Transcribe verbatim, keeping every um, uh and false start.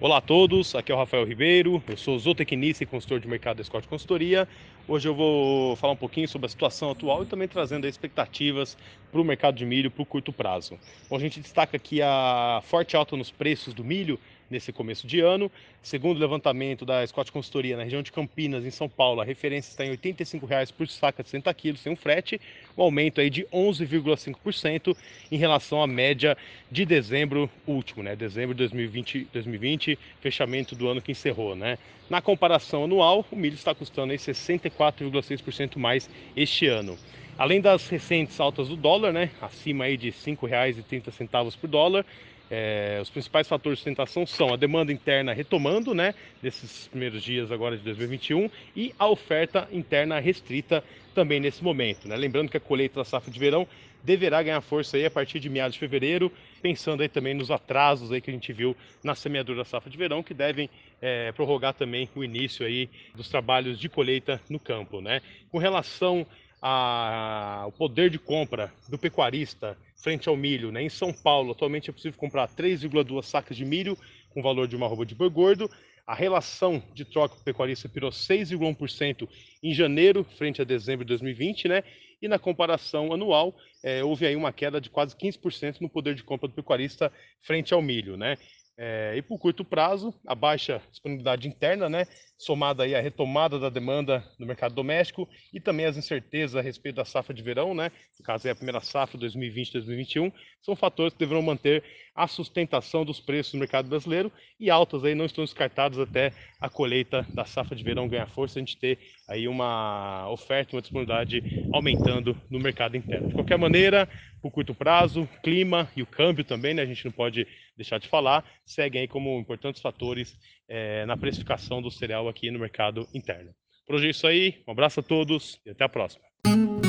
Olá a todos, aqui é o Rafael Ribeiro, eu sou zootecnista e consultor de mercado da Scott Consultoria. Hoje eu vou falar um pouquinho sobre a situação atual e também trazendo aí expectativas para o mercado de milho para o curto prazo. Bom, a gente destaca aqui a forte alta nos preços do milho nesse começo de ano. Segundo o levantamento da Scott Consultoria, na região de Campinas, em São Paulo, a referência está em oitenta e cinco reais por saca de sessenta quilos, sem um frete, um aumento aí de onze vírgula cinco por cento em relação à média de dezembro último, né? Dezembro de dois mil e vinte, dois mil e vinte, fechamento do ano que encerrou, né? Na comparação anual, o milho está custando aí sessenta e quatro vírgula seis por cento mais este ano. Além das recentes altas do dólar, né, acima aí de cinco reais e trinta centavos por dólar, é, os principais fatores de sustentação são a demanda interna retomando, né, nesses primeiros dias agora de dois mil e vinte e um, e a oferta interna restrita também nesse momento, né? Lembrando que a colheita da safra de verão deverá ganhar força aí a partir de meados de fevereiro, pensando aí também nos atrasos aí que a gente viu na semeadura da safra de verão, que devem é, prorrogar também o início aí dos trabalhos de colheita no campo, né? Com relação ao poder de compra do pecuarista frente ao milho, né? Em São Paulo, atualmente é possível comprar três vírgula duas sacas de milho com valor de uma arroba de boi gordo. A relação de troca com o pecuarista virou seis vírgula um por cento em janeiro, frente a dezembro de dois mil e vinte, né? E na comparação anual, é, houve aí uma queda de quase quinze por cento no poder de compra do pecuarista frente ao milho, né? É, e por curto prazo, a baixa disponibilidade interna, né, somada aí à retomada da demanda no mercado doméstico e também as incertezas a respeito da safra de verão, né, no caso é a primeira safra dois mil e vinte, dois mil e vinte e um, são fatores que deverão manter a sustentação dos preços no mercado brasileiro, e altas aí não estão descartadas até a colheita da safra de verão ganhar força, a gente ter aí uma oferta, uma disponibilidade aumentando no mercado interno. De qualquer maneira, por curto prazo, clima e o câmbio também, né, a gente não pode deixar de falar, seguem aí como importantes fatores é, na precificação do cereal aqui no mercado interno. Por hoje é isso aí, um abraço a todos e até a próxima.